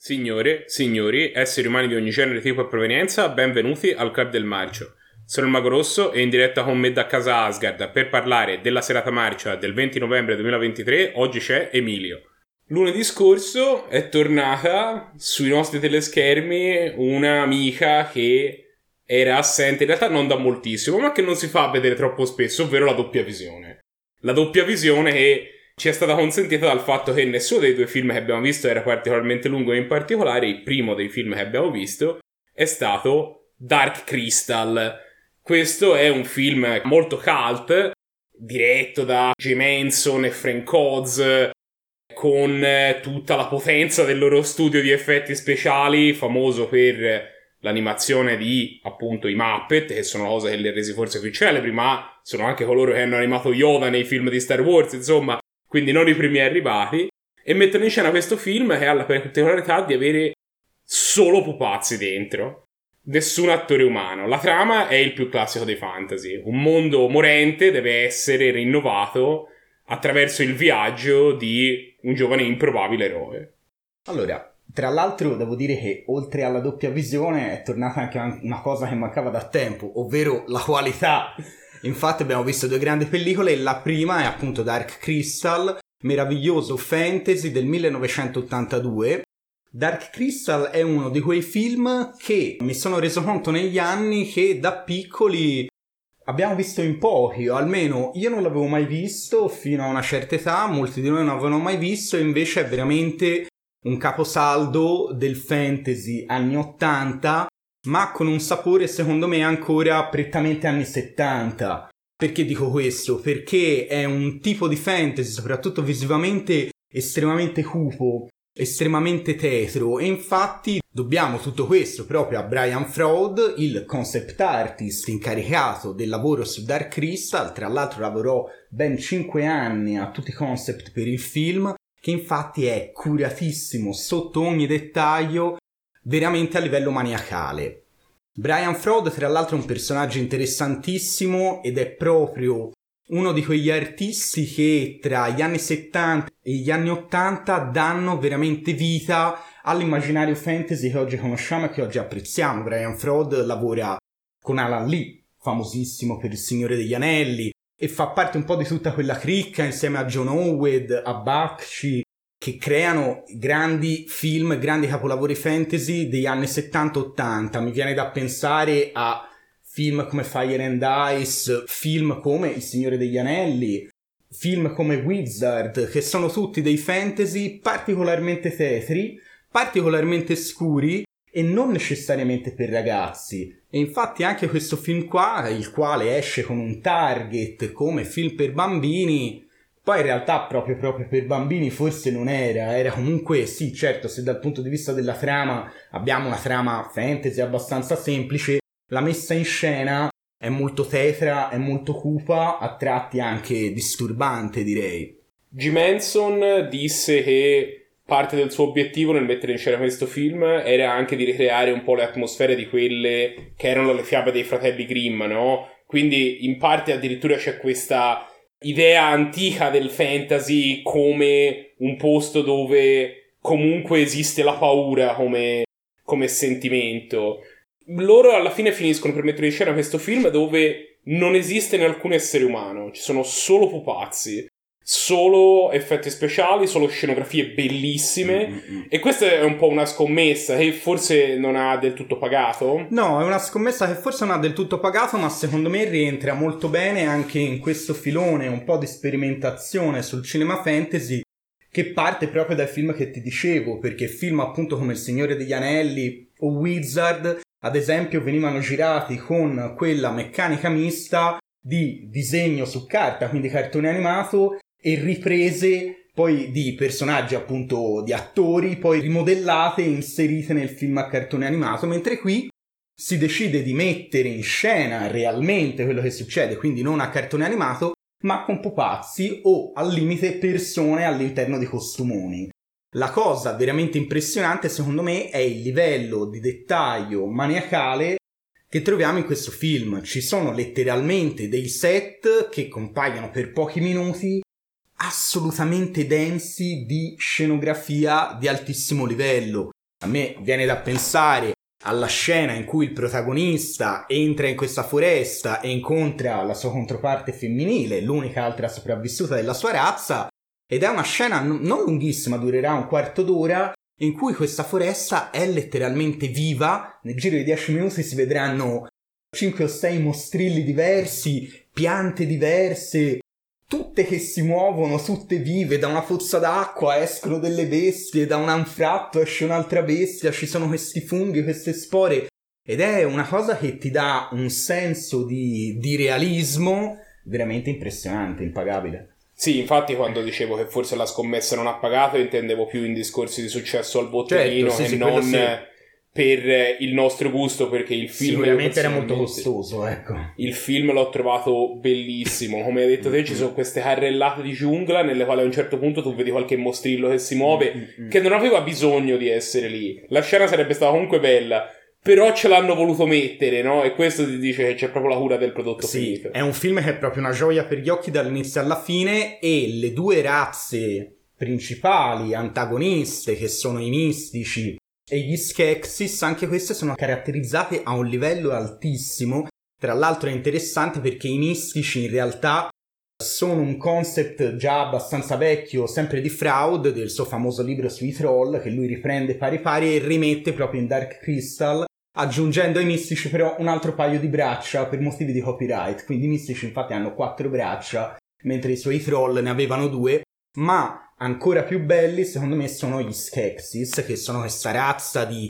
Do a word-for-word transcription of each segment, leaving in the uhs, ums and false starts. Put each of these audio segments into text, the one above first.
Signore, signori, esseri umani di ogni genere, tipo e provenienza, benvenuti al Club del Marcio. Sono il Mago Rosso e in diretta con me da casa Asgard per parlare della serata marcia del venti novembre duemilaventitré. Oggi c'è Emilio. Lunedì scorso è tornata sui nostri teleschermi un'amica che era assente, in realtà non da moltissimo, ma che non si fa vedere troppo spesso, ovvero la doppia visione. La doppia visione che ci è stata consentita dal fatto che nessuno dei due film che abbiamo visto era particolarmente lungo, e in particolare il primo dei film che abbiamo visto è stato Dark Crystal. Questo è un film molto cult, diretto da Jim Henson e Frank Oz, con tutta la potenza del loro studio di effetti speciali, famoso per l'animazione di, appunto, i Muppet, che sono cose che le ha resi forse più celebri, ma sono anche coloro che hanno animato Yoda nei film di Star Wars, insomma, quindi non i primi arrivati, e mettono in scena questo film che ha la particolarità di avere solo pupazzi dentro, nessun attore umano. La trama è il più classico dei fantasy: un mondo morente deve essere rinnovato attraverso il viaggio di un giovane improbabile eroe. Allora, tra l'altro devo dire che oltre alla doppia visione è tornata anche una cosa che mancava da tempo, ovvero la qualità. Infatti abbiamo visto due grandi pellicole. La prima è appunto Dark Crystal, meraviglioso fantasy del millenovecentottantadue. Dark Crystal è uno di quei film che mi sono reso conto negli anni che da piccoli abbiamo visto in pochi, o almeno io non l'avevo mai visto fino a una certa età, molti di noi non avevano mai visto, e invece è veramente un caposaldo del fantasy anni ottanta, ma con un sapore secondo me ancora prettamente anni settanta. Perché dico questo? Perché è un tipo di fantasy, soprattutto visivamente, estremamente cupo, estremamente tetro, e infatti dobbiamo tutto questo proprio a Brian Froud, il concept artist incaricato del lavoro su Dark Crystal. Tra l'altro lavorò ben cinque anni a tutti i concept per il film, che infatti è curatissimo sotto ogni dettaglio, veramente a livello maniacale. Brian Froud tra l'altro è un personaggio interessantissimo ed è proprio uno di quegli artisti che tra gli anni settanta e gli anni ottanta danno veramente vita all'immaginario fantasy che oggi conosciamo e che oggi apprezziamo. Brian Froud lavora con Alan Lee, famosissimo per Il Signore degli Anelli, e fa parte un po' di tutta quella cricca insieme a John Howard, a Bakshi, che creano grandi film, grandi capolavori fantasy degli anni settanta ottanta. Mi viene da pensare a film come Fire and Ice, film come Il Signore degli Anelli, film come Wizard, che sono tutti dei fantasy particolarmente tetri, particolarmente scuri e non necessariamente per ragazzi. E infatti anche questo film qua, il quale esce con un target come film per bambini, poi in realtà proprio proprio per bambini forse non era, era comunque, sì, certo, se dal punto di vista della trama abbiamo una trama fantasy abbastanza semplice, la messa in scena è molto tetra, è molto cupa, a tratti anche disturbante, direi. Jim Henson disse che parte del suo obiettivo nel mettere in scena questo film era anche di ricreare un po' le atmosfere di quelle che erano le fiabe dei fratelli Grimm, no? Quindi in parte addirittura c'è questa idea antica del fantasy come un posto dove comunque esiste la paura come, come sentimento. Loro alla fine finiscono per mettere in scena questo film dove non esiste alcun essere umano, ci sono solo pupazzi, solo effetti speciali, solo scenografie bellissime. Mm-hmm. E questa è un po' una scommessa che forse non ha del tutto pagato. No, è una scommessa che forse non ha del tutto pagato, ma secondo me rientra molto bene anche in questo filone un po' di sperimentazione sul cinema fantasy, che parte proprio dai film che ti dicevo, perché film appunto come Il Signore degli Anelli o Wizard ad esempio venivano girati con quella meccanica mista di disegno su carta, quindi cartone animato, e riprese poi di personaggi, appunto di attori, poi rimodellate e inserite nel film a cartone animato, mentre qui si decide di mettere in scena realmente quello che succede, quindi non a cartone animato, ma con pupazzi o al limite persone all'interno di costumoni. La cosa veramente impressionante secondo me è il livello di dettaglio maniacale che troviamo in questo film. Ci sono letteralmente dei set che compaiono per pochi minuti assolutamente densi di scenografia di altissimo livello. A me viene da pensare alla scena in cui il protagonista entra in questa foresta e incontra la sua controparte femminile, l'unica altra sopravvissuta della sua razza, ed è una scena non lunghissima, durerà un quarto d'ora, in cui questa foresta è letteralmente viva. Nel giro di dieci minuti si vedranno cinque o sei mostrilli diversi, piante diverse, tutte che si muovono, tutte vive. Da una pozza d'acqua escono delle bestie, da un anfratto esce un'altra bestia, ci sono questi funghi, queste spore, ed è una cosa che ti dà un senso di, di realismo veramente impressionante, impagabile. Sì, infatti quando dicevo che forse la scommessa non ha pagato intendevo più in discorsi di successo al botteghino, certo, sì, che sì, non sì. Per il nostro gusto, perché il film sicuramente era molto costoso, ecco. Il film l'ho trovato bellissimo, come hai detto te, mm-hmm. ci sono queste carrellate di giungla nelle quali a un certo punto tu vedi qualche mostrillo che si muove, mm-hmm. che non aveva bisogno di essere lì. La scena sarebbe stata comunque bella, però ce l'hanno voluto mettere, no? E questo ti dice che c'è proprio la cura del prodotto sì, finito. È un film che è proprio una gioia per gli occhi dall'inizio alla fine, e le due razze principali, antagoniste, che sono i mistici e gli Skeksis, anche queste sono caratterizzate a un livello altissimo. Tra l'altro è interessante perché i mistici in realtà sono un concept già abbastanza vecchio, sempre di Froud, del suo famoso libro sui troll, che lui riprende pari pari e rimette proprio in Dark Crystal, aggiungendo ai mistici però un altro paio di braccia per motivi di copyright. Quindi i mistici infatti hanno quattro braccia, mentre i suoi troll ne avevano due. Ma ancora più belli secondo me sono gli Skeksis, che sono questa razza di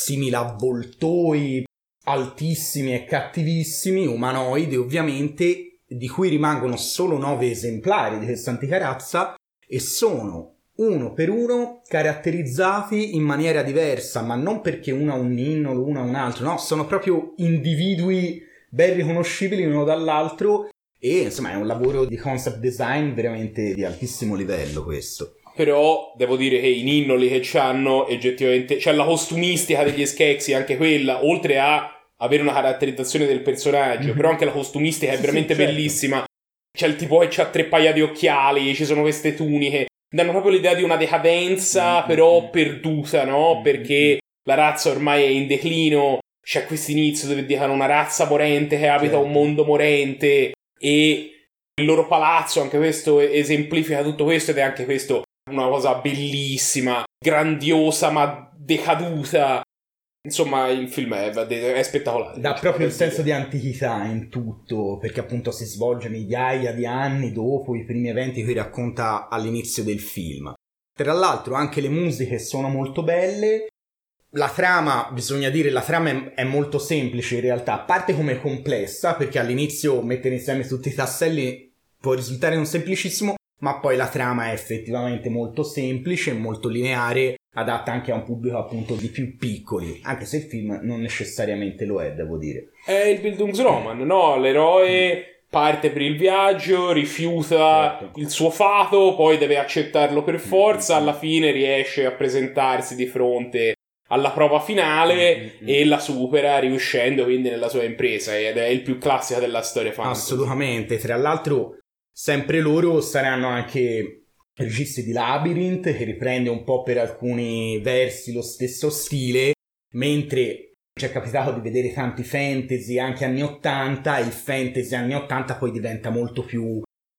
similavvoltoi altissimi e cattivissimi, umanoidi ovviamente, di cui rimangono solo nove esemplari di questa antica razza, e sono uno per uno caratterizzati in maniera diversa, ma non perché uno ha un ninnolo, uno ha un altro, no, sono proprio individui ben riconoscibili l'uno dall'altro. E insomma è un lavoro di concept design veramente di altissimo livello questo. Però devo dire che i ninnoli che c'hanno oggettivamente, c'è la costumistica degli Skeksis, anche quella, oltre a avere una caratterizzazione del personaggio, mm-hmm. però anche la costumistica è sì, veramente sì, certo. bellissima. C'è il tipo che c'ha tre paia di occhiali, ci sono queste tuniche, danno proprio l'idea di una decadenza mm-hmm. però perduta, no? Mm-hmm. Perché la razza ormai è in declino, c'è questo inizio dove dicono una razza morente che abita certo. un mondo morente. E il loro palazzo, anche questo esemplifica tutto questo, ed è anche questo una cosa bellissima, grandiosa ma decaduta. Insomma, il film è, è spettacolare. Dà proprio il senso di antichità in tutto, perché appunto si svolge migliaia di anni dopo i primi eventi che racconta all'inizio del film. Tra l'altro anche le musiche sono molto belle. La trama, bisogna dire, la trama è, è molto semplice in realtà, parte come complessa, perché all'inizio mettere insieme tutti i tasselli può risultare non semplicissimo, ma poi la trama è effettivamente molto semplice, molto lineare, adatta anche a un pubblico appunto di più piccoli, anche se il film non necessariamente lo è, devo dire. È il Bildungsroman, no? L'eroe parte per il viaggio, rifiuta certo. il suo fato, poi deve accettarlo per forza, alla fine riesce a presentarsi di fronte alla prova finale mm-hmm. e la supera riuscendo quindi nella sua impresa, ed è il più classico della storia fantasy. Assolutamente. Tra l'altro sempre loro saranno anche registi di Labyrinth, che riprende un po' per alcuni versi lo stesso stile, mentre ci è capitato di vedere tanti fantasy anche anni ottanta, il fantasy anni ottanta poi diventa molto più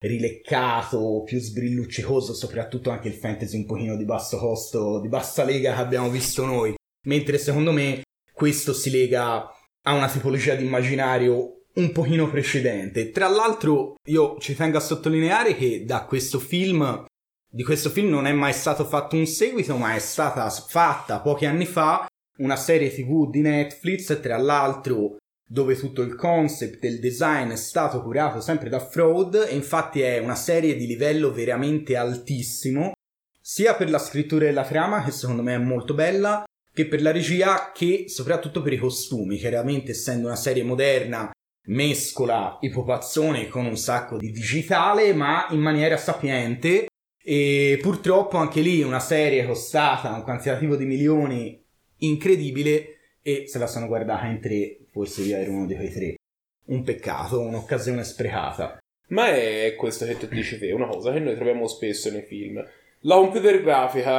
rileccato, più sbrilluccicoso, soprattutto anche il fantasy un pochino di basso costo, di bassa lega che abbiamo visto noi, mentre secondo me questo si lega a una tipologia di immaginario un pochino precedente. Tra l'altro io ci tengo a sottolineare che da questo film di questo film non è mai stato fatto un seguito, ma è stata fatta pochi anni fa una serie tivù di Netflix, tra l'altro dove tutto il concept e il design è stato curato sempre da Froud, e infatti è una serie di livello veramente altissimo, sia per la scrittura della trama, che secondo me è molto bella, che per la regia, che soprattutto per i costumi. Chiaramente, essendo una serie moderna, mescola i pupazzoni con un sacco di digitale, ma in maniera sapiente, e purtroppo anche lì una serie costata un quantitativo di milioni incredibile, e se la sono guardata in tre. Forse io ero uno di quei tre. Un peccato, un'occasione sprecata. Ma è questo che tu dici te, una cosa che noi troviamo spesso nei film. La computer grafica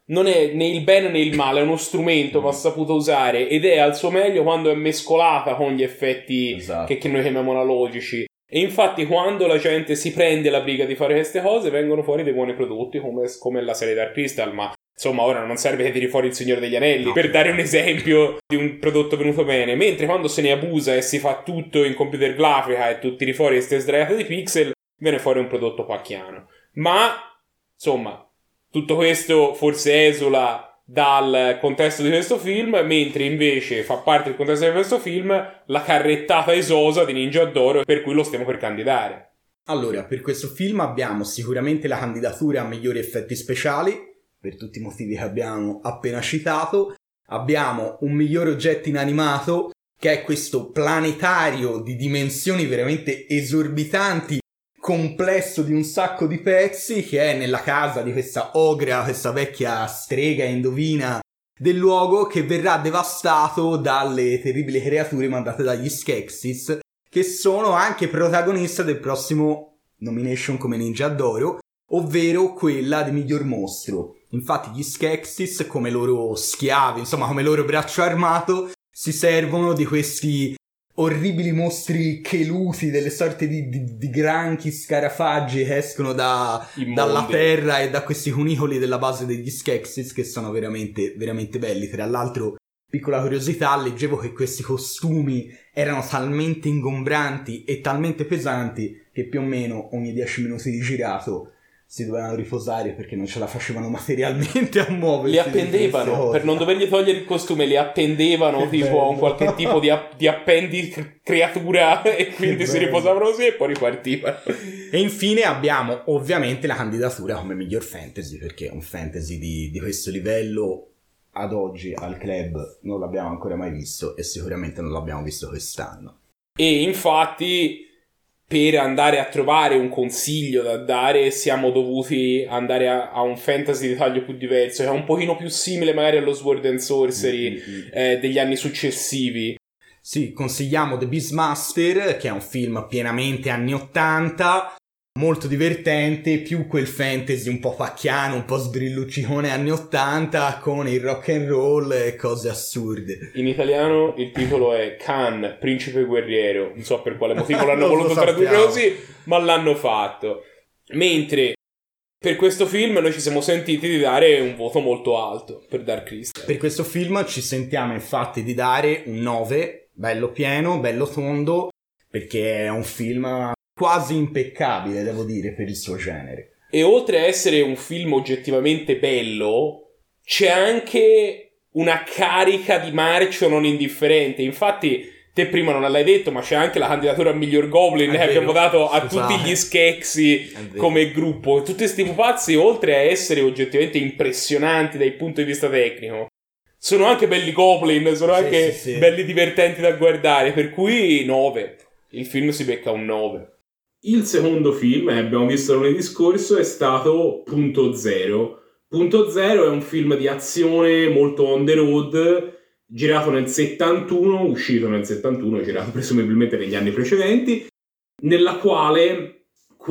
non è né il bene né il male, è uno strumento, va saputo usare, ed è al suo meglio quando è mescolata con gli effetti esatto. che, che noi chiamiamo analogici. E infatti quando la gente si prende la briga di fare queste cose vengono fuori dei buoni prodotti come, come la serie Dark Crystal, ma insomma ora non serve che tiri fuori il Signore degli Anelli no. per dare un esempio di un prodotto venuto bene, mentre quando se ne abusa e si fa tutto in computer grafica e tu tiri fuori queste sdraiate di pixel viene fuori un prodotto pacchiano. Ma insomma tutto questo forse esula dal contesto di questo film, mentre invece fa parte del contesto di questo film la carrettata esosa di Ninja d'Oro, per cui lo stiamo per candidare. Allora, per questo film abbiamo sicuramente la candidatura a migliori effetti speciali, per tutti i motivi che abbiamo appena citato. Abbiamo un miglior oggetto inanimato, che è questo planetario di dimensioni veramente esorbitanti, complesso di un sacco di pezzi, che è nella casa di questa ogra, questa vecchia strega indovina del luogo, che verrà devastato dalle terribili creature mandate dagli Skeksis, che sono anche protagonista del prossimo nomination come Ninja d'Oro, ovvero quella di miglior mostro. Infatti gli Skeksis, come loro schiavi, insomma come loro braccio armato, si servono di questi orribili mostri cheluti, delle sorte di, di, di granchi scarafaggi che escono da, dalla terra e da questi cunicoli della base degli Skeksis, che sono veramente, veramente belli. Tra l'altro, piccola curiosità, leggevo che questi costumi erano talmente ingombranti e talmente pesanti che più o meno ogni dieci minuti di girato si dovevano riposare perché non ce la facevano materialmente a muoversi. Li appendevano, per non dovergli togliere il costume, li appendevano tipo bello. a un qualche tipo di, app- di appendi creatura e quindi si riposavano così e poi ripartivano. E infine abbiamo ovviamente la candidatura come miglior fantasy, perché un fantasy di, di questo livello ad oggi al club non l'abbiamo ancora mai visto e sicuramente non l'abbiamo visto quest'anno. E infatti per andare a trovare un consiglio da dare siamo dovuti andare a, a un fantasy di taglio più diverso, che è un pochino più simile magari allo Sword and Sorcery mm-hmm. eh, degli anni successivi. Sì, consigliamo The Beastmaster, che è un film pienamente anni ottanta, molto divertente, più quel fantasy un po' pacchiano, un po' sbrilluccicone anni ottanta, con il rock and roll e cose assurde. In italiano il titolo è Khan, Principe Guerriero, non so per quale motivo l'hanno voluto tradurre così, ma l'hanno fatto. Mentre per questo film noi ci siamo sentiti di dare un voto molto alto per Dark Crystal. Per questo film ci sentiamo infatti di dare un nove, bello pieno, bello tondo, perché è un film quasi impeccabile, devo dire, per il suo genere. E oltre a essere un film oggettivamente bello, c'è anche una carica di marcio non indifferente. Infatti, te prima non l'hai detto, ma c'è anche la candidatura a miglior Goblin che abbiamo dato a Scusate. tutti gli Skeksis come gruppo. Tutti questi pupazzi, oltre a essere oggettivamente impressionanti dal punto di vista tecnico, sono anche belli Goblin, sono sì, anche sì, sì. belli divertenti da guardare, per cui nove. Il film si becca un nove. Il secondo film, eh, abbiamo visto lunedì scorso, è stato Punto Zero. Punto Zero è un film di azione molto on the road, girato nel settantuno, uscito nel settantuno, girato presumibilmente negli anni precedenti, nella quale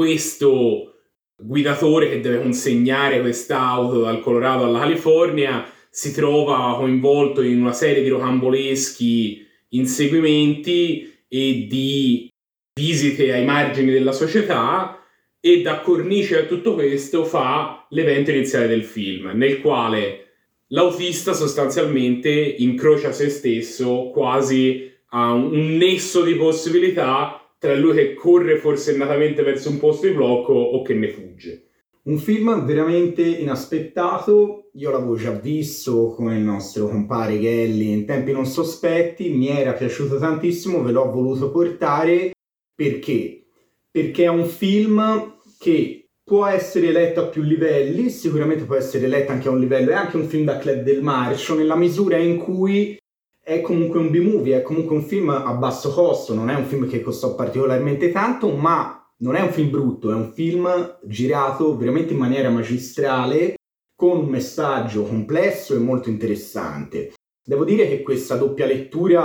questo guidatore che deve consegnare quest'auto dal Colorado alla California si trova coinvolto in una serie di rocamboleschi inseguimenti e di visite ai margini della società, e da cornice a tutto questo fa l'evento iniziale del film, nel quale l'autista sostanzialmente incrocia se stesso quasi a un nesso di possibilità tra lui che corre forsennatamente verso un posto di blocco o che ne fugge. Un film veramente inaspettato, io l'avevo già visto con il nostro compare Gelli in tempi non sospetti, mi era piaciuto tantissimo, ve l'ho voluto portare. Perché? Perché è un film che può essere letto a più livelli, sicuramente può essere letto anche a un livello, è anche un film da club del marcio, nella misura in cui è comunque un B-movie, è comunque un film a basso costo, non è un film che costò particolarmente tanto, ma non è un film brutto, è un film girato veramente in maniera magistrale, con un messaggio complesso e molto interessante. Devo dire che questa doppia lettura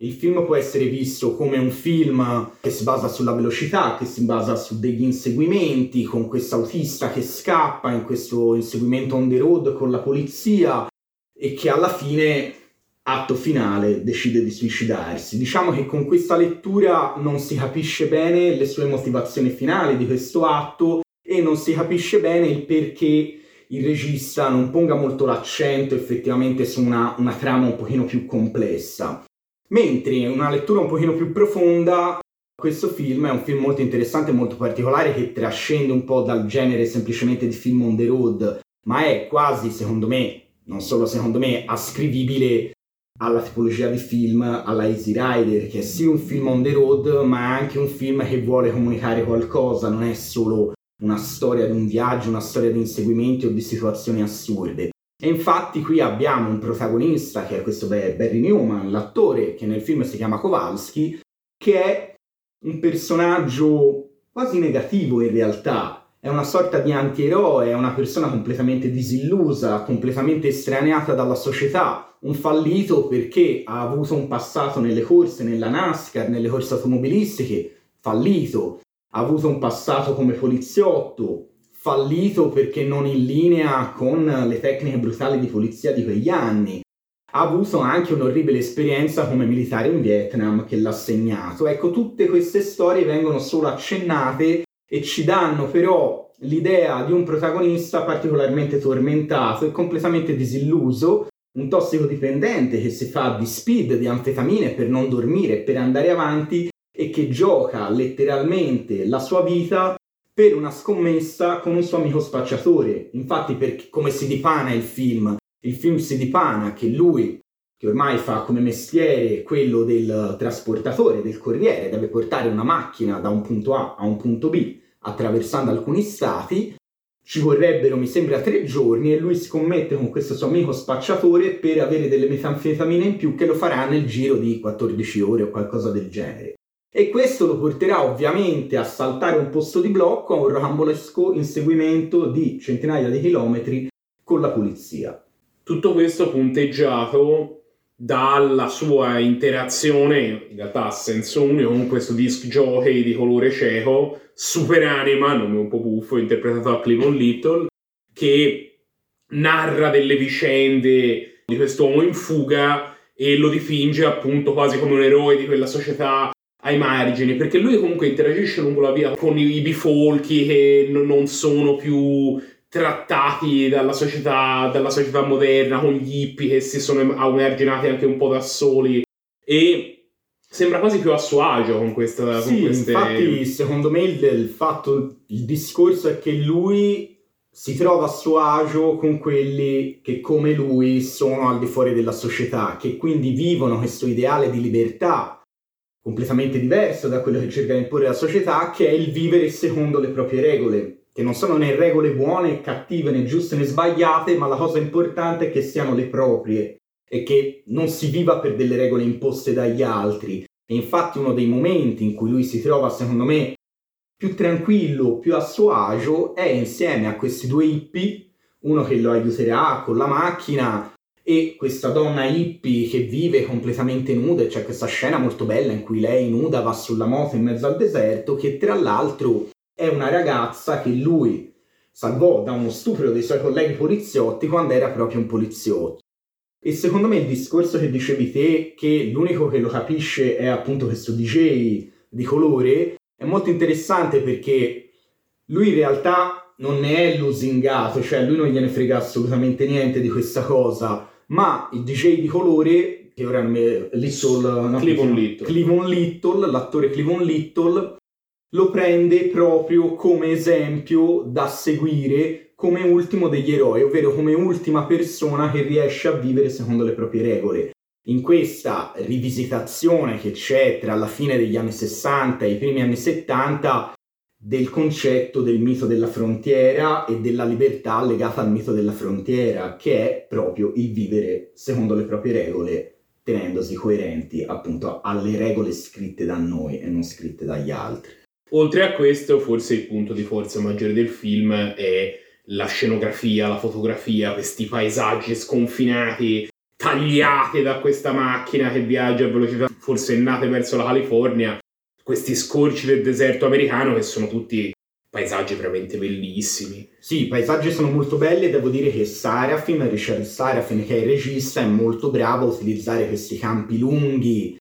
Il film può essere visto come un film che si basa sulla velocità, che si basa su degli inseguimenti, con questo autista che scappa in questo inseguimento on the road con la polizia e che alla fine, atto finale, decide di suicidarsi. Diciamo che con questa lettura non si capisce bene le sue motivazioni finali di questo atto e non si capisce bene il perché il regista non ponga molto l'accento effettivamente su una, una trama un pochino più complessa. Mentre una lettura un pochino più profonda, questo film è un film molto interessante e molto particolare che trascende un po' dal genere semplicemente di film on the road, ma è quasi, secondo me, non solo secondo me, ascrivibile alla tipologia di film alla Easy Rider, che è sì un film on the road, ma è anche un film che vuole comunicare qualcosa, non è solo una storia di un viaggio, una storia di inseguimenti o di situazioni assurde. E infatti qui abbiamo un protagonista che è questo Barry Newman, l'attore che nel film si chiama Kowalski, che è un personaggio quasi negativo in realtà, è una sorta di antieroe, è una persona completamente disillusa, completamente estraneata dalla società, un fallito perché ha avuto un passato nelle corse, nella NASCAR, nelle corse automobilistiche, fallito, ha avuto un passato come poliziotto, fallito perché non in linea con le tecniche brutali di polizia di quegli anni. Ha avuto anche un'orribile esperienza come militare in Vietnam che l'ha segnato. Ecco, tutte queste storie vengono solo accennate e ci danno però l'idea di un protagonista particolarmente tormentato e completamente disilluso, un tossicodipendente che si fa di speed, di anfetamine per non dormire, per andare avanti e che gioca letteralmente la sua vita per una scommessa con un suo amico spacciatore. Infatti, per come si dipana il film, il film si dipana che lui, che ormai fa come mestiere quello del trasportatore, del corriere, deve portare una macchina da un punto A a un punto B, attraversando alcuni stati, ci vorrebbero, mi sembra, tre giorni e lui scommette con questo suo amico spacciatore per avere delle metanfetamine in più che lo farà nel giro di quattordici ore o qualcosa del genere. E questo lo porterà ovviamente a saltare un posto di blocco, a un rocambolesco inseguimento di centinaia di chilometri con la polizia. Tutto questo punteggiato dalla sua interazione, in realtà a senso unico, con questo disc jockey di colore cieco, Super Anima, nome un po' buffo, interpretato da Cleavon Little, che narra delle vicende di quest'uomo in fuga e lo dipinge appunto quasi come un eroe di quella società ai margini, perché lui comunque interagisce lungo la via con i bifolchi che n- non sono più trattati dalla società, dalla società moderna, con gli hippie che si sono emarginati anche un po' da soli, e sembra quasi più a suo agio con questa sì, con queste... infatti secondo me il, il fatto, il discorso è che lui si trova a suo agio con quelli che come lui sono al di fuori della società, che quindi vivono questo ideale di libertà completamente diverso da quello che cerca di imporre la società, che è il vivere secondo le proprie regole, che non sono né regole buone, cattive, né giuste né sbagliate, ma la cosa importante è che siano le proprie e che non si viva per delle regole imposte dagli altri. E infatti uno dei momenti in cui lui si trova, secondo me, più tranquillo, più a suo agio, è insieme a questi due hippie, uno che lo aiuterà con la macchina e questa donna hippie che vive completamente nuda. C'è questa scena molto bella in cui lei nuda va sulla moto in mezzo al deserto, che tra l'altro è una ragazza che lui salvò da uno stupro dei suoi colleghi poliziotti quando era proprio un poliziotto. E secondo me il discorso che dicevi te, che l'unico che lo capisce è appunto questo D J di colore, è molto interessante perché lui in realtà non ne è lusingato, cioè lui non gliene frega assolutamente niente di questa cosa, ma il D J di colore, che ora è Little, no, Cleavon Little. Cleavon Little, l'attore Cleavon Little, lo prende proprio come esempio da seguire, come ultimo degli eroi, ovvero come ultima persona che riesce a vivere secondo le proprie regole. In questa rivisitazione che c'è tra la fine degli anni sessanta e i primi anni settanta del concetto del mito della frontiera e della libertà legata al mito della frontiera, che è proprio il vivere secondo le proprie regole, tenendosi coerenti appunto alle regole scritte da noi e non scritte dagli altri. Oltre a questo, forse il punto di forza maggiore del film è la scenografia, la fotografia, questi paesaggi sconfinati tagliate da questa macchina che viaggia a velocità forsennate verso la California, questi scorci del deserto americano che sono tutti paesaggi veramente bellissimi. Sì, i paesaggi sono molto belli e devo dire che Sarafin, Richard Sarafin, che è il regista, è molto bravo a utilizzare questi campi lunghi,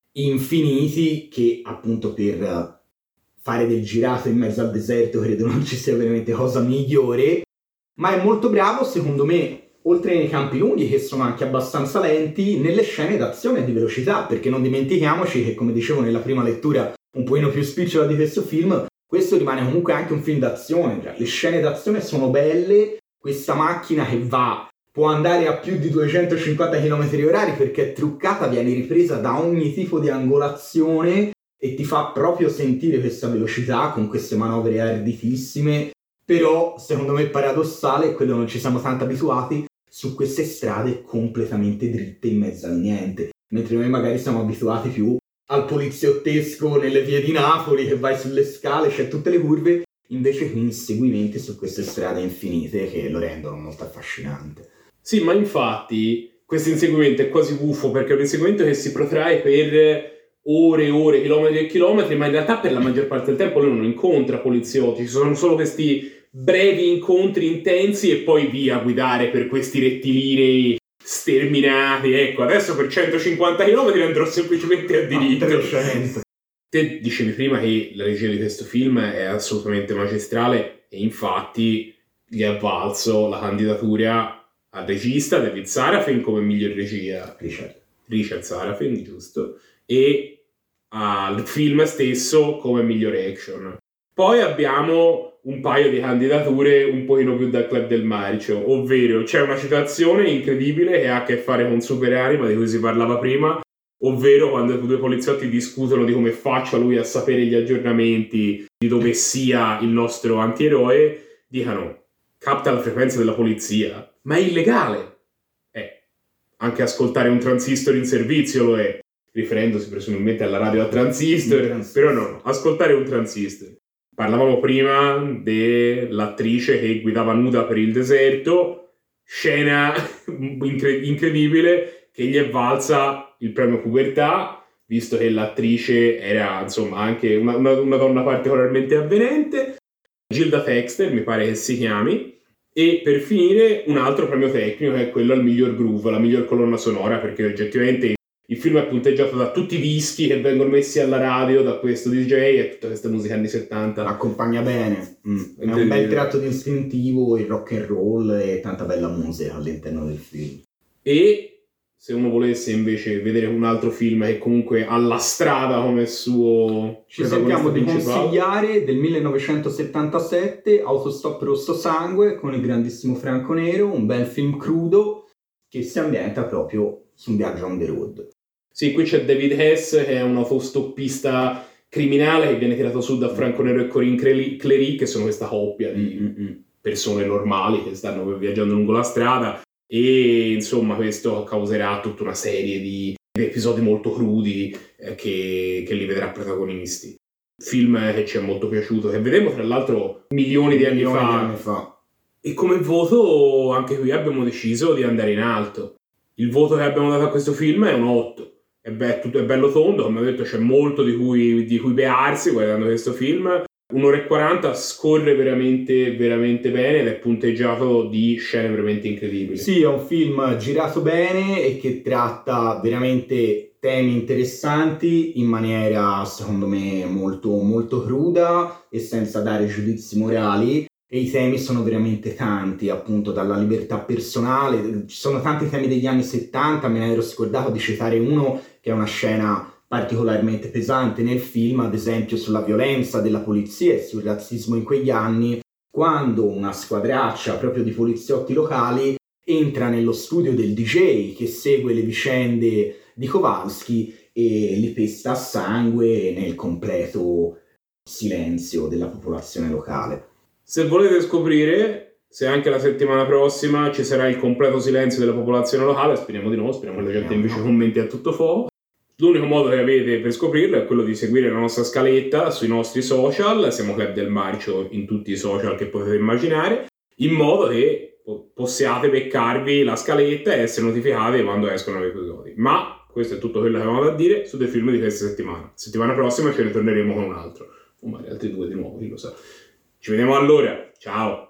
infiniti, che appunto per fare del girato in mezzo al deserto credo non ci sia veramente cosa migliore, ma è molto bravo secondo me, oltre ai campi lunghi che sono anche abbastanza lenti, nelle scene d'azione e di velocità, perché non dimentichiamoci che, come dicevo nella prima lettura un pochino più spicciola di questo film, questo rimane comunque anche un film d'azione, cioè, le scene d'azione sono belle, questa macchina che va, può andare a più di duecentocinquanta chilometri orari perché è truccata, viene ripresa da ogni tipo di angolazione e ti fa proprio sentire questa velocità con queste manovre arditissime, però secondo me paradossale, e quello non ci siamo tanto abituati, su queste strade completamente dritte in mezzo al niente, mentre noi magari siamo abituati più al poliziottesco nelle vie di Napoli che vai sulle scale, c'è tutte le curve, invece qui inseguimenti su queste strade infinite che lo rendono molto affascinante. Sì, ma infatti questo inseguimento è quasi buffo perché è un inseguimento che si protrae per ore e ore, chilometri e chilometri, ma in realtà per la maggior parte del tempo lui non incontra poliziotti, ci sono solo questi brevi incontri intensi e poi via a guidare per questi rettilinei sterminati. Ecco, adesso per centocinquanta chilometri andrò semplicemente a diritto. trecento. Te dicevi prima che la regia di questo film è assolutamente magistrale e infatti gli è valso la candidatura al regista David Sarafin come miglior regia, Richard, Richard Sarafin, giusto, e al film stesso come miglior action. Poi abbiamo un paio di candidature un pochino più dal Club del Marcio, ovvero c'è una citazione incredibile che ha a che fare con Super Anima di cui si parlava prima, ovvero quando i due poliziotti discutono di come faccia lui a sapere gli aggiornamenti di dove sia il nostro antieroe, dicano capta la frequenza della polizia, ma è illegale. Eh, anche ascoltare un transistor in servizio lo è, riferendosi presumibilmente alla radio a transistor, transistor. Però no, ascoltare un transistor. Parlavamo prima dell'attrice che guidava nuda per il deserto, scena incre- incredibile che gli è valsa il premio pubertà, visto che l'attrice era insomma anche una, una, una donna particolarmente avvenente, Gilda Texter mi pare che si chiami, e per finire un altro premio tecnico che è quello al miglior groove, la miglior colonna sonora, perché oggettivamente il film è punteggiato da tutti i dischi che vengono messi alla radio da questo D J e tutta questa musica anni settanta. Accompagna bene, mm. è un bel tratto distintivo, il rock and roll e tanta bella musica all'interno del film. E se uno volesse invece vedere un altro film che comunque ha la strada come suo ci sentiamo di consigliare del millenovecentosettantasette Autostop Rosso Sangue con il grandissimo Franco Nero, un bel film crudo che si ambienta proprio su un viaggio on the road. Sì, qui c'è David Hess che è un autostoppista criminale che viene tirato su da Franco Nero e Corinne Clery, che sono questa coppia di mm-hmm. persone normali che stanno viaggiando lungo la strada, e insomma questo causerà tutta una serie di episodi molto crudi eh, che, che li vedrà protagonisti. Film che ci è molto piaciuto, che vedemmo tra l'altro milioni di anni, milioni fa. di anni fa. E come voto anche qui abbiamo deciso di andare in alto. Il voto che abbiamo dato a questo film è un otto. È, be- tutto, è bello tondo, come ho detto c'è molto di cui, di cui bearsi guardando questo film. Un'ora e quaranta scorre veramente, veramente bene ed è punteggiato di scene veramente incredibili. Sì, è un film girato bene e che tratta veramente temi interessanti in maniera, secondo me, molto, molto cruda e senza dare giudizi morali. E i temi sono veramente tanti, appunto dalla libertà personale, ci sono tanti temi degli anni settanta, me ne ero scordato di citare uno che è una scena particolarmente pesante nel film, ad esempio sulla violenza della polizia e sul razzismo in quegli anni, quando una squadraccia proprio di poliziotti locali entra nello studio del D J che segue le vicende di Kowalski e li pesta a sangue nel completo silenzio della popolazione locale. Se volete scoprire se anche la settimana prossima ci sarà il completo silenzio della popolazione locale, speriamo di no, speriamo che la gente invece commenti a tutto fuoco. L'unico modo che avete per scoprirlo è quello di seguire la nostra scaletta sui nostri social, siamo Club del Marcio in tutti i social che potete immaginare, in modo che possiate beccarvi la scaletta e essere notificati quando escono i episodi. Ma questo è tutto quello che avevamo da dire su dei film di questa settimana. Settimana prossima ce ne torneremo con un altro, o magari altri due di nuovo, chi lo sa. Ci vediamo allora, ciao!